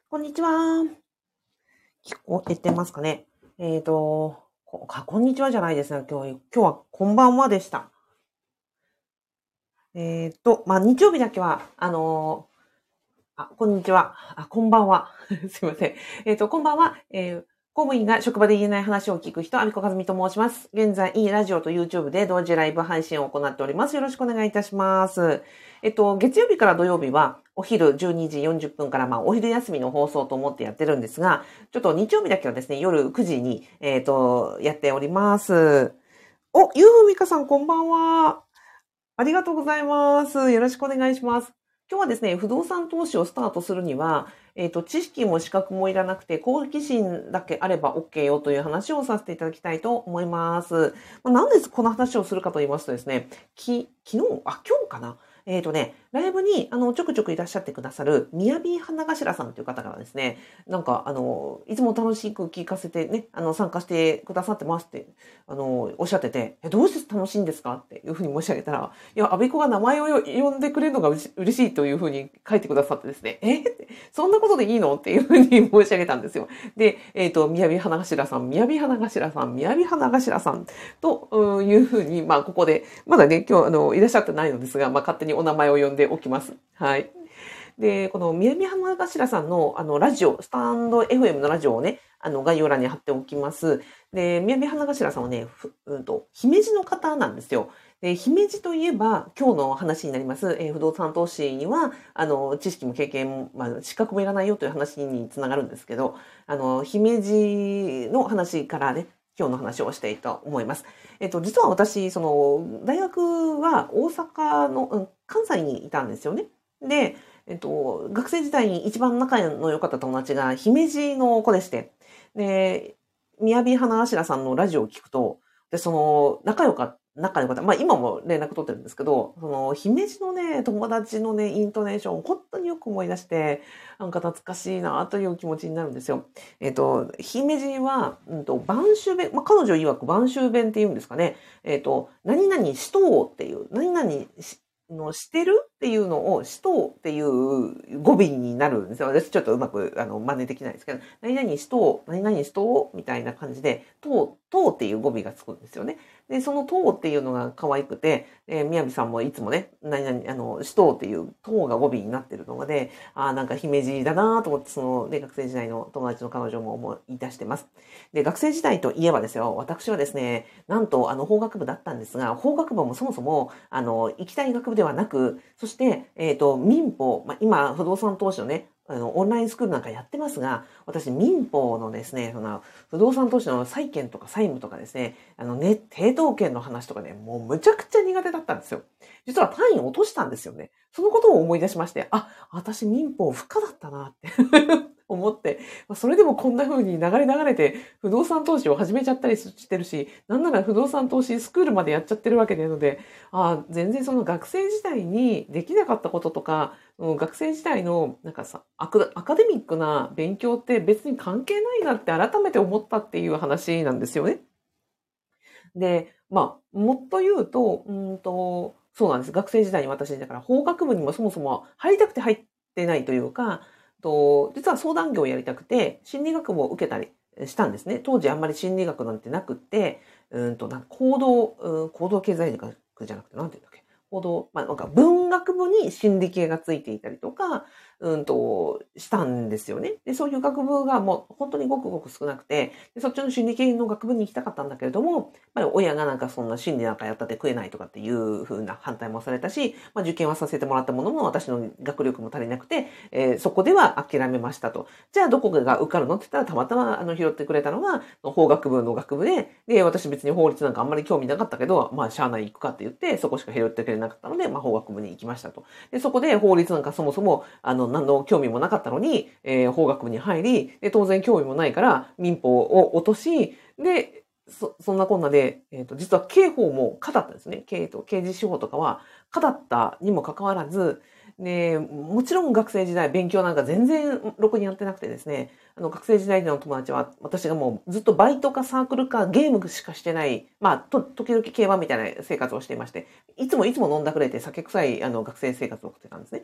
こんにちは。聞こえてますかね。こんにちはじゃないですね。今日はこんばんはでした。日曜日だけは、こんにちは。こんばんは。すいません。こんばんは。公務員が職場で言えない話を聞く人、阿比子和美と申します。現在、ラジオと YouTube で同時ライブ配信を行っております。よろしくお願いいたします。月曜日から土曜日は、お昼12時40分から、お昼休みの放送と思ってやってるんですが、ちょっと日曜日だけはですね、夜9時に、やっております。ゆうふみかさん、こんばんは。ありがとうございます。よろしくお願いします。今日はですね、不動産投資をスタートするには、知識も資格もいらなくて、好奇心だけあれば OK よという話をさせていただきたいと思います。なんでこの話をするかと言いますとですね、今日かな。ライブに、ちょくちょくいらっしゃってくださる、みやび花頭さんという方からですね、いつも楽しく聞かせてね、参加してくださってますって、おっしゃってて、どうして楽しいんですかっていうふうに申し上げたら、いや、安倍子が名前を呼んでくれるのが嬉しいというふうに書いてくださってですね、そんなことでいいのっていうふうに申し上げたんですよ。で、みやび花頭さん、みやび花頭さん、みやび花頭さんというふうに、ここで、まだね、今日、いらっしゃってないのですが、勝手にお名前を呼んでおきます。はい。で、このみやび花頭さんの、ラジオ、スタンド FM のラジオをね、概要欄に貼っておきます。で、みやび花頭さんはね、姫路の方なんですよ。で、姫路といえば、今日の話になります、不動産投資には、知識も経験も、資格もいらないよという話につながるんですけど、姫路の話からね、今日の話をしていたと思います。実は私、大学は大阪の、関西にいたんですよね。で、学生時代に一番仲の良かった友達が姫路の子でして、で、みやび花頭さんのラジオを聞くと、で、仲良かった。今も連絡取ってるんですけど、姫路のね、友達のね、イントネーションを本当によく思い出して、懐かしいなという気持ちになるんですよ。姫路は、播州弁、彼女曰く播州弁って言うんですかね。何々しとうっていう、何々してるっていうのを、しとうっていう語尾になるんですよ。私ちょっとうまく真似できないですけど、何々しとう、何々しとうみたいな感じで、とうっていう語尾がつくんですよね。で、そのとうっていうのが可愛くて、みやびさんもいつもね、何々、しとうっていうとうが語尾になってるので、なんか姫路だなと思って、学生時代の友達の彼女も思い出してます。で、学生時代といえばですよ、私はですね、なんと、法学部だったんですが、法学部もそもそも、行きたい学部ではなく、そして、民法、今、不動産投資のね、オンラインスクールなんかやってますが、私、民法のですね、不動産投資の債権とか債務とかですね、抵当権の話とかね、もうむちゃくちゃ苦手だったんですよ。実は単位を落としたんですよね。そのことを思い出しまして、私民法不可だったなって思って、それでもこんな風に流れて不動産投資を始めちゃったりしてるし、なんなら不動産投資スクールまでやっちゃってるわけなので、全然その学生時代にできなかったこととか、学生時代のアカデミックな勉強って別に関係ないなって改めて思ったっていう話なんですよね。で、もっと言うと、そうなんです。学生時代に私、だから法学部にもそもそも入りたくて入ってないというか、実は相談業をやりたくて、心理学部を受けたりしたんですね。当時あんまり心理学なんてなくって、行動経済学じゃなくて、なんて言うんだっけ。文学部に心理系がついていたりとか、したんですよね。で、そういう学部がもう本当にごくごく少なくて、でそっちの心理系の学部に行きたかったんだけれども、やっぱり親がそんな心理なんかやったって食えないとかっていう風な反対もされたし、受験はさせてもらったものの私の学力も足りなくて、そこでは諦めましたと。じゃあどこが受かるのって言ったらたまたま拾ってくれたのが法学部の学部で、私別に法律なんかあんまり興味なかったけど、しゃあない行くかって言って、そこしか拾ってくれなかったので、法学部に行きましたと。で、そこで法律なんかそもそも、何の興味もなかったのに、法学部に入り、で、当然興味もないから民法を落とし、で、そんなこんなで、実は刑法も可だったんですね。刑事司法とかは可だったにもかかわらず、で、もちろん学生時代勉強なんか全然ろくにやってなくてですね、学生時代の友達は私がもうずっとバイトかサークルかゲームしかしてない、時々競馬みたいな生活をしていまして、いつも飲んだくれて酒臭い学生生活を送ってたんですね。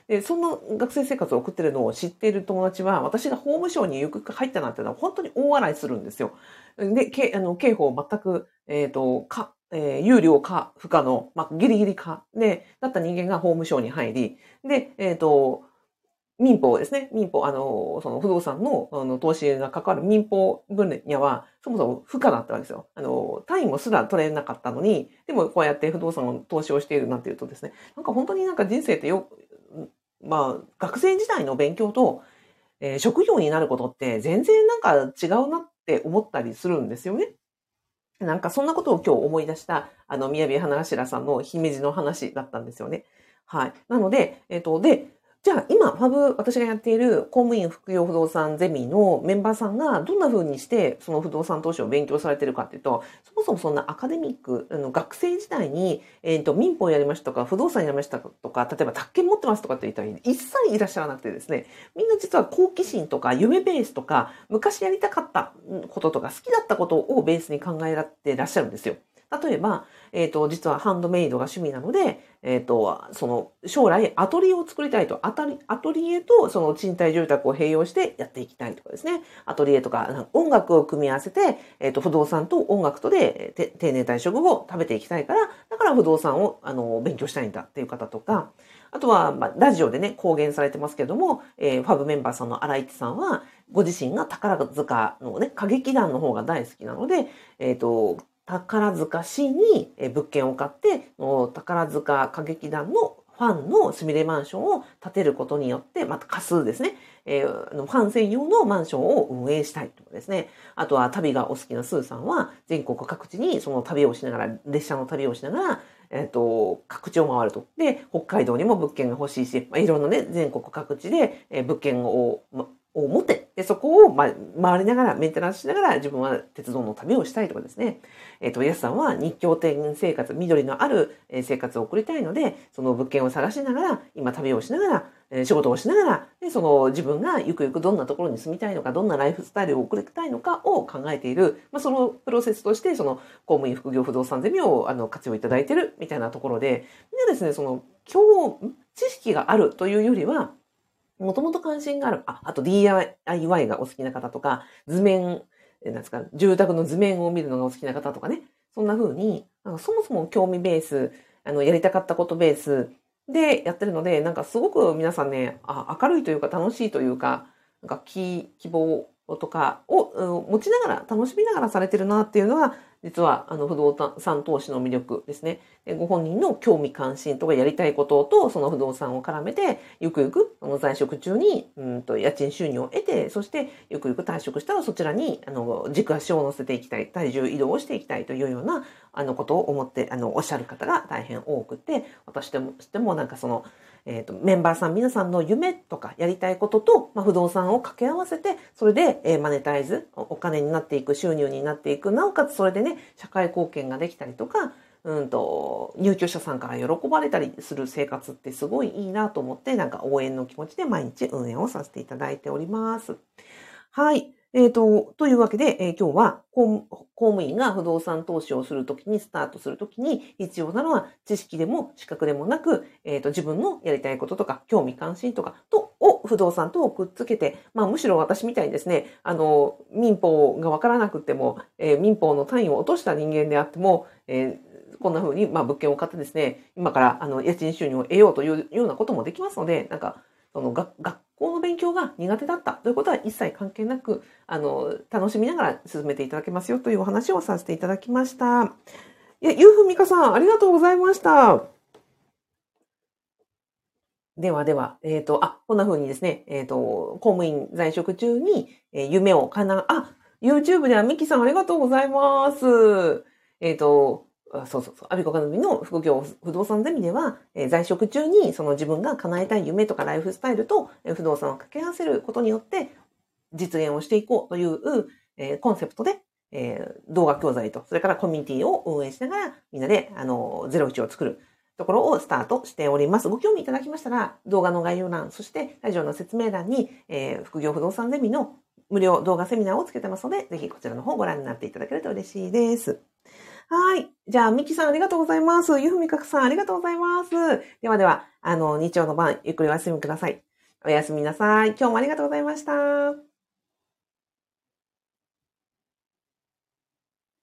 で、そんな学生生活を送ってるのを知っている友達は、私が法務省にゆくゆく入ったなんてのは本当に大笑いするんですよ。で、刑法全く、有料か不可の、ギリギリかで、だった人間が法務省に入り、で、民法ですね。民法、その不動産の、投資が関わる民法分野は、そもそも不可だったわけですよ。単位もすら取れなかったのに、でもこうやって不動産を投資をしているなんていうとですね、なんか本当になんか人生って学生時代の勉強と、職業になることって全然なんか違うなって思ったりするんですよね。なんかそんなことを今日思い出した、宮部花頭さんの姫路の話だったんですよね。はい。なので、じゃあ今、私がやっている公務員副業不動産ゼミのメンバーさんがどんな風にしてその不動産投資を勉強されているかっていうと、そもそもそんなアカデミック、学生時代に、民法やりましたとか、不動産やりましたとか、例えば宅建持ってますとかって言ったら一切いらっしゃらなくてですね、みんな実は好奇心とか夢ベースとか、昔やりたかったこととか好きだったことをベースに考えてらっしゃるんですよ。例えば、実はハンドメイドが趣味なので、その将来アトリエを作りたいと、アトリエとその賃貸住宅を併用してやっていきたいとかですね、アトリエとか音楽を組み合わせて、不動産と音楽とで定年退職後を食べていきたいから、だから不動産を勉強したいんだっていう方とか、あとは、ラジオでね、公言されてますけども、ファブメンバーさんの荒市さんは、ご自身が宝塚のね、歌劇団の方が大好きなので、宝塚市に物件を買って、宝塚歌劇団のファンのすみれマンションを建てることによって、また仮数ですね、ファン専用のマンションを運営したいとかですね。あとは旅がお好きなスーさんは、全国各地にその旅をしながら、列車の旅をしながら、各地を回ると。で、北海道にも物件が欲しいし、いろんなね、全国各地で物件を持って、で、そこを、回りながら、メンテナンスしながら、自分は鉄道の旅をしたいとかですね。安さんは日経店生活、緑のある生活を送りたいので、その物件を探しながら、今旅をしながら、仕事をしながら、で、その自分がゆくゆくどんなところに住みたいのか、どんなライフスタイルを送りたいのかを考えている、そのプロセスとして、その公務員副業不動産ゼミを活用いただいているみたいなところで、でですね、その、知識があるというよりは、もともと関心がある。あと DIY がお好きな方とか、図面、なんですか、住宅の図面を見るのがお好きな方とかね。そんな風に、そもそも興味ベース、やりたかったことベースでやってるので、なんかすごく皆さんね、明るいというか楽しいというか、なんか希望とかを持ちながら、楽しみながらされてるなっていうのが、実は不動産投資の魅力ですね。ご本人の興味関心とかやりたいこととその不動産を絡めて、ゆくゆく在職中に家賃収入を得て、そしてゆくゆく退職したらそちらに軸足を乗せていきたい、体重移動をしていきたいというようなことを思っておっしゃる方が大変多くて、私としてもなんかそのメンバーさん皆さんの夢とかやりたいことと、不動産を掛け合わせて、それでマネタイズ、お金になっていく、収入になっていく、なおかつそれでね、社会貢献ができたりとか、入居者さんから喜ばれたりする生活ってすごいいいなと思って、なんか応援の気持ちで毎日運営をさせていただいております。はい。というわけで、今日は公務員が不動産投資をするときに、スタートするときに必要なのは知識でも資格でもなく、自分のやりたいこととか興味関心とかを不動産とくっつけて、むしろ私みたいにですね、民法がわからなくても、民法の単位を落とした人間であっても、こんな風に、物件を買ってですね、今から家賃収入を得ようというようなこともできますので、なんか、その学校の勉強が苦手だったということは一切関係なく、楽しみながら進めていただけますよというお話をさせていただきました。ゆうふみかさん、ありがとうございました。ではでは、こんな風にですね、公務員在職中に、夢をYouTube ではミキさんありがとうございます。アビコカズミの副業不動産ゼミでは、在職中にその自分が叶えたい夢とかライフスタイルと不動産を掛け合わせることによって実現をしていこうという、コンセプトで、動画教材と、それからコミュニティを運営しながらみんなで01を作るところをスタートしております。ご興味いただきましたら動画の概要欄、そしてラジオの説明欄に、副業不動産ゼミの無料動画セミナーをつけてますので、ぜひこちらの方をご覧になっていただけると嬉しいです。 はい。じゃあ、ミキさんありがとうございます。ゆふみかくさんありがとうございます。ではでは、日曜の晩、ゆっくりお休みください。おやすみなさい。今日もありがとうございました。